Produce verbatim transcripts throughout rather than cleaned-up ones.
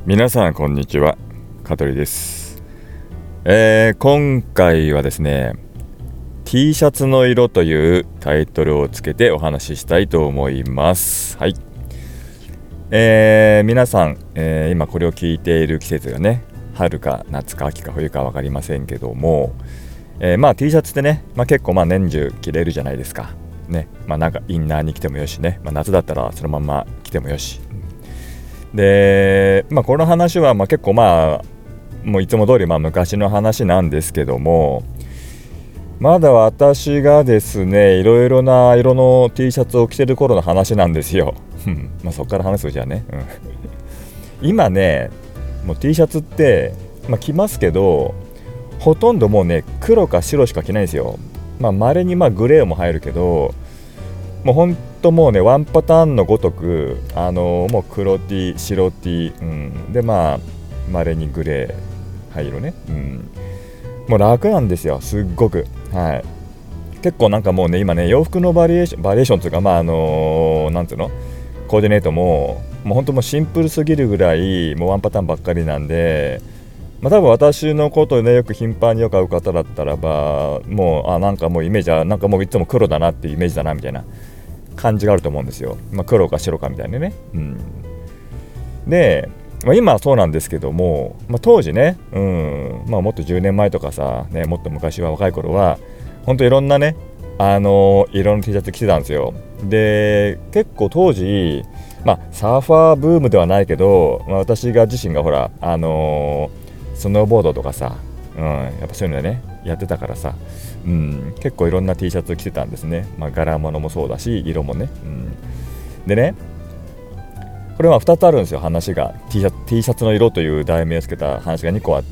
皆さんこんにちは、香取です。えー、今回はですね T シャツの色というタイトルをつけてお話ししたいと思います。はい、えー、皆さん、えー、今これを聞いている季節がね、春か夏か秋か冬か分かりませんけども、えー、まあ T シャツってね、まあ、結構まあ年中着れるじゃないですかね。まあなんかインナーに着てもよしね、まあ、夏だったらそのまま着てもよしで、まあ、この話はまあ結構まあもういつも通りまあ昔の話なんですけども、まだ私がですねいろいろな色の T シャツを着てる頃の話なんですよまあそこから話すじゃあね、うん、今ねもう T シャツって、まあ、着ますけどほとんどもうね黒か白しか着ないんですよ。まあ稀にまあグレーも入るけど、もうほんともうねワンパターンのごとく、あのー、もう黒 T 白 T、うん、でまあ稀にグレー灰色ね、うん、もう楽なんですよ、すっごく。はい、結構なんかもうね今ね洋服のバリエーションバリエーションというか、まああのー、なんていうのコーディネートももうほんともうシンプルすぎるぐらいもうワンパターンばっかりなんで、まあ、多分私のことをねよく頻繁によく会う方だったらばもうあなんかもうイメージはなんかもういつも黒だなっていうイメージだなみたいな感じがあると思うんですよ。まあ、黒か白かみたいなね。うん、で、まあ、今はそうなんですけども、まあ、当時ね、うんまあ、もっとじゅうねんまえとかさ、ね、もっと昔は若い頃は本当いろんなね、あのー、色の T シャツ着てたんですよ。で結構当時、まあ、サーファーブームではないけど、まあ、私が自身がほら、あのー、スノーボードとかさ、うん、やっぱそういうのねやってたからさ、うん、結構いろんな T シャツ着てたんですね。まあ、柄物もそうだし色もね、うん、でねこれはふたつあるんですよ話が。 T シャツ、T シャツの色という題名をつけた話がにこあって、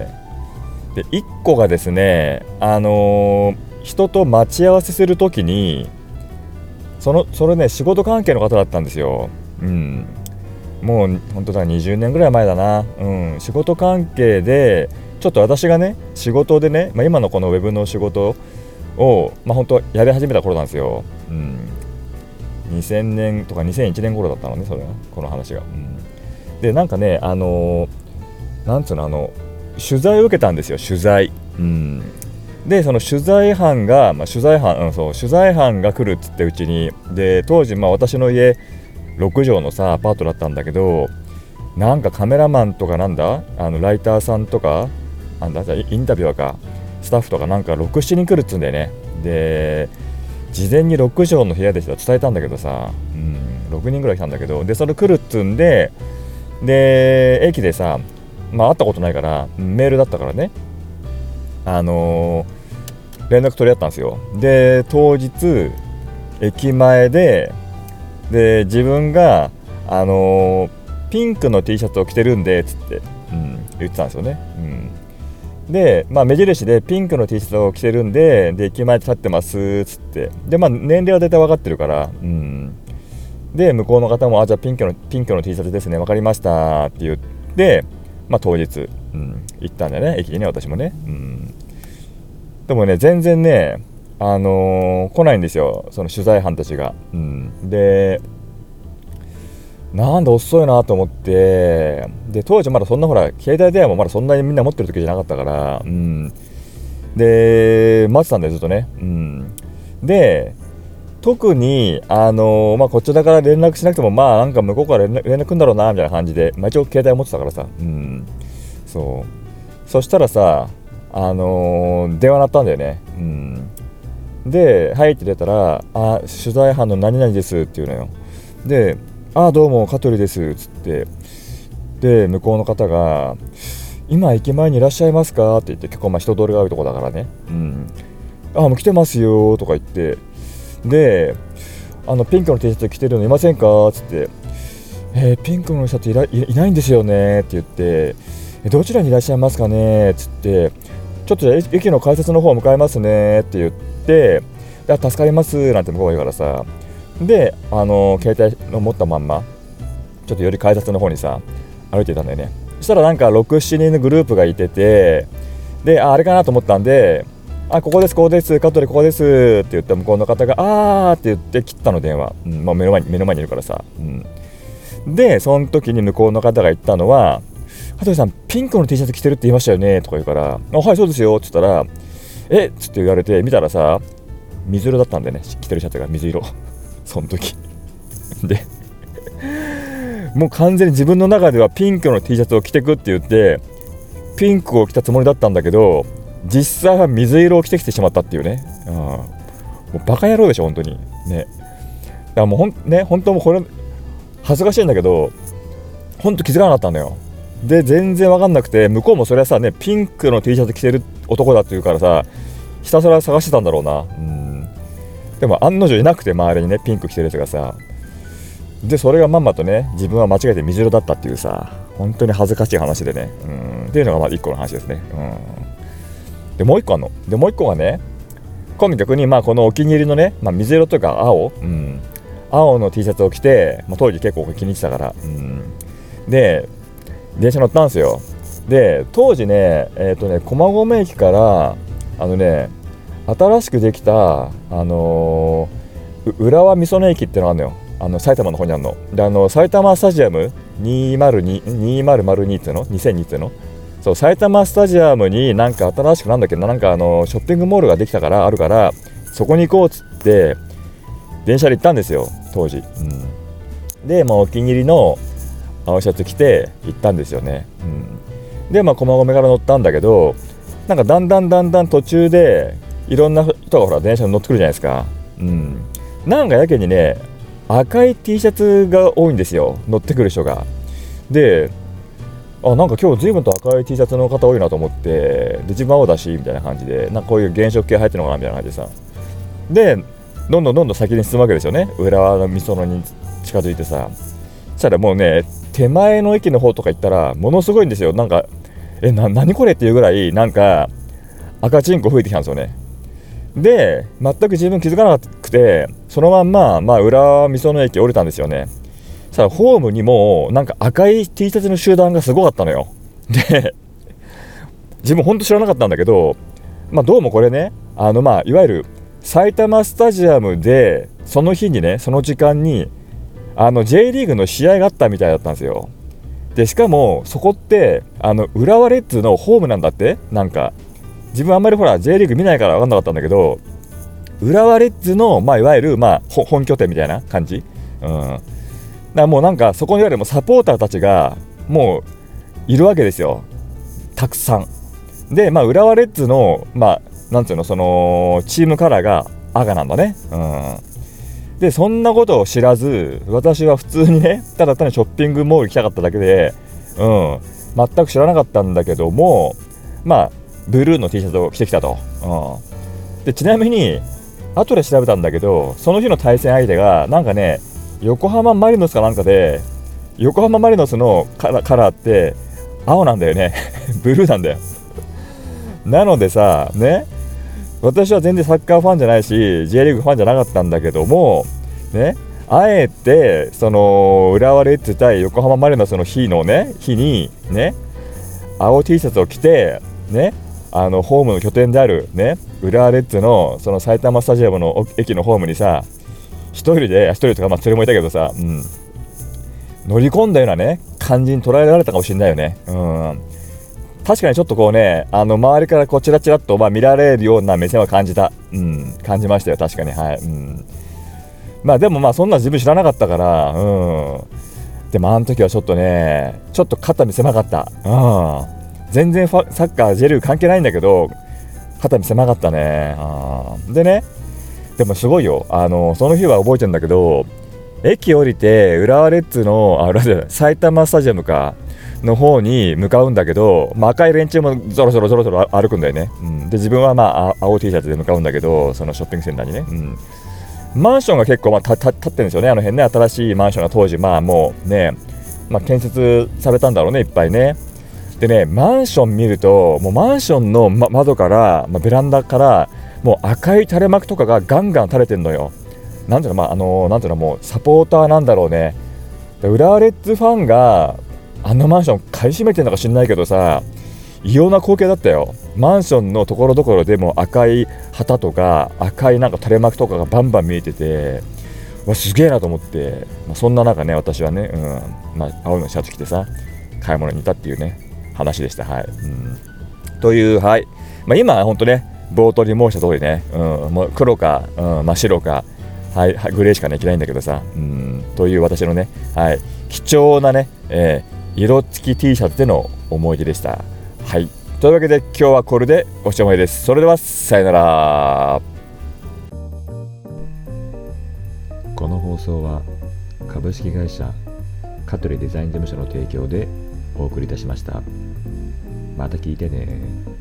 でいっこがですね、あのー、人と待ち合わせするときにそのそれね仕事関係の方だったんですよ。うん、もう本当だにじゅうねんぐらい前だな、うん、仕事関係でちょっと私がね仕事でね、まあ、今のこのウェブの仕事を、まあ、本当やり始めた頃なんですよ。うん、にせんねんとかにせんいちねん頃だったのね、それがこの話が。うん、でなんかねあのー、なんつうのあの取材を受けたんですよ、取材。うん、でその取材班が、まあ、取材班、うん、そう取材班が来るっつってうちに。で当時まあ私の家ろく畳のさアパートだったんだけど、なんかカメラマンとかなんだあのライターさんとかなんだじゃインタビュアーかスタッフとかなんかろく、しちにん来るっつうんだよね。で事前にろく畳の部屋でした伝えたんだけどさ、うん、ろくにんぐらい来たんだけど、でそれ来るっつうんで、で駅でさ、まあ会ったことないからメールだったからね、あのー、連絡取り合ったんですよ。で当日駅前でで自分があのー、ピンクの T シャツを着てるんでつって、うん、言ってたんですよね。うん、で、まあ、目印でピンクの T シャツを着てるんで、で駅前で立ってますつって、で、まあ、年齢は大体分かってるから、うん、で向こうの方もあじゃあピンクのピンクの T シャツですね分かりましたって言って、まあ、当日、うん、行ったんだよね駅にね私もね。うん、でもね全然ねあのー、来ないんですよその取材班たちが。うん、でなんで遅いなと思って、で当時まだそんなほら携帯電話もまだそんなにみんな持ってる時じゃなかったから、うん、で待ってたんだよずっとね。うん、で特にあのー、まあこちらから連絡しなくてもまあなんか向こうから連絡連絡来るんだろうなみたいな感じで、まあ、一応携帯持ってたからさ、うん、そうそしたらさあのー、電話鳴ったんだよね。うん、で「はい」って出たら「あ取材班の何々です」って言うのよ。であどうも香取ですっつって、で向こうの方が今駅前にいらっしゃいますかって言って、結構まあ人通りが多いとこだからね、うん、あもう来てますよとか言って、であのピンクの T シャツ着てるのいませんかっつって、えー、ピンクの T シャツいら い, いないんですよねって言って、どちらにいらっしゃいますかねっつって、ちょっと駅の改札の方向かいますねって言って、助かりますなんて向こうが言うからさ、であの携帯を持ったまんまちょっとより改札の方にさ歩いてたんだよね。そしたらなんかろく、しちにんのグループがいてて、で あ, あれかなと思ったんで、あここですここです香取ここですって言った向こうの方があーって言って切ったの電話、うんまあ、目の前に目の前にいるからさ、うん、 でその時に向こうの方が言ったのは、羽鳥さんピンクの T シャツ着てるって言いましたよねとか言うから、あはいそうですよって言ったら、えっつって言われて見たらさ、水色だったんでね、着てるシャツが水色その時でもう完全に自分の中ではピンクの T シャツを着てくって言ってピンクを着たつもりだったんだけど、実際は水色を着てきてしまったっていうね、うん、もうバカ野郎でしょ本当にね。だからもうほんね本当もうこれ恥ずかしいんだけど本当気づかなかったんだよ。で全然分かんなくて、向こうもそれはさねピンクの T シャツ着てる男だって言うからさ、ひたすら探してたんだろうな。うん、でも案の定いなくて、周りにねピンク着てるやつがさ、でそれがまんまとね自分は間違えて水色だったっていうさ、本当に恥ずかしい話でね、うん、っていうのがまあいっこの話ですね。うん、でもういっこあるので、もういっこがね、今度逆にまあこのお気に入りのね、まあ、水色というか青、うん、青の T シャツを着て、まあ、当時結構気に入ってたから、うん、で電車乗ったんですよ。で当時ねえっ、ー、とね駒込駅からあのね新しくできたあのー、浦和美園駅ってのがあるのよ。あの埼玉の方にあるので、あの埼玉スタジアムにせんにっていうのにせんにっていうの、そう埼玉スタジアムになんか新しくなんだっけな、なんかあのショッピングモールができたからあるからそこに行こうっつって電車で行ったんですよ当時、うん、で、まあ、お気に入りの青シャツ着て行ったんですよね、うん、でまあ駒込から乗ったんだけど、なんかだんだんだんだん途中でいろんな人がほら電車に乗ってくるじゃないですか、うん、なんかやけにね赤い T シャツが多いんですよ、乗ってくる人が。であなんか今日随分と赤い T シャツの方多いなと思って、で自分青だしみたいな感じで、なんかこういう原色系入ってるのかなみたいな感じでさ、でどんどんどんどん先に進むわけですよね、浦和の美園に近づいてさ。そしたらもうね手前の駅の方とか行ったらものすごいんですよ。なんかえな何これっていうぐらいなんか赤チンコ吹いてきたんですよね。で全く自分気づかなくて、そのまんま、まあ、浦和美園駅降りたんですよね。さあホームにもなんか赤い T シャツの集団がすごかったのよ。で自分ほんと知らなかったんだけど、まあ、どうもこれねあのまあいわゆる埼玉スタジアムでその日にねその時間にあの J リーグの試合があったみたいだったんですよ。でしかもそこってあの浦和レッズのホームなんだって。なんか自分あんまりほら J リーグ見ないから分かんなかったんだけど、浦和レッズの、まあ、いわゆる、まあ、本拠点みたいな感じ、うん、だからもうなんかそこにいわゆるもうサポーターたちがもういるわけですよ、たくさんで、まあ、浦和レッズの、まあ、なんていうのそのチームカラーが赤なんだね、うん、でそんなことを知らず私は普通にねただ単にショッピングモール行きたかっただけで、うん、全く知らなかったんだけども、まあブルーの T シャツを着てきたと、うん、でちなみに後で調べたんだけど、その日の対戦相手がなんかね横浜マリノスかなんかで、横浜マリノスのカラ、カラーって青なんだよねブルーなんだよなのでさね、私は全然サッカーファンじゃないし J リーグファンじゃなかったんだけどもね、あえてその浦和レッズ対横浜マリノスの日のね日にね青 T シャツを着てね、あのホームの拠点であるね浦和レッズのその埼玉スタジアムの駅のホームにさ一人で一人とかまあ連れもいたけどさ、うん、乗り込んだようなね感じに捉えられたかもしれないよね、うん、確かにちょっとこうねあの周りからこうチラチラっとまあ見られるような目線は感じた、うん、感じましたよ確かに、はい、うん、まあでもまあそんな自分知らなかったから、うん、でもあの時はちょっとねちょっと肩身狭かった、うん、全然サッカー J リーグ関係ないんだけど肩身狭かったね。あでねでもすごいよ、あのその日は覚えてるんだけど、駅降りて浦和レッズのあ埼玉スタジアムかの方に向かうんだけど、まあ、赤い連中もぞろぞろぞろぞろ歩くんだよね、うん、で自分はまあ青 T シャツで向かうんだけど、そのショッピングセンターにね、うん、マンションが結構まあたた立ってるんですよね、あの辺ね。新しいマンションが当時まあもうね、まあ、建設されたんだろうねいっぱいね。でねマンション見るともうマンションの、ま、窓から、まあ、ベランダからもう赤い垂れ幕とかがガンガン垂れてんのよ。なんていうの、まああのなんていうの、もうサポーターなんだろうね。浦和レッズファンがあのマンション買い占めてるのか知んないけどさ、異様な光景だったよ。マンションのところどころでも赤い旗とか赤いなんか垂れ幕とかがバンバン見えてて、 わすげえなと思って、まあ、そんな中ね私はね、うんまあ、青のシャツ着てさ買い物に行ったっていうね話でした。はい、うん、という、はいまあ、今本当ね冒頭に申した通りね、うん、もう黒か、うん、真っ白か、はい、グレーしかね着ないんだけどさ、うん、という私のね、はい、貴重なね、えー、色付き T シャツでの思い出でした。はい、というわけで今日はこれでおしまいです。それではさよなら。この放送は株式会社香取デザイン事務所の提供でお送りいたしました。また聞いてね。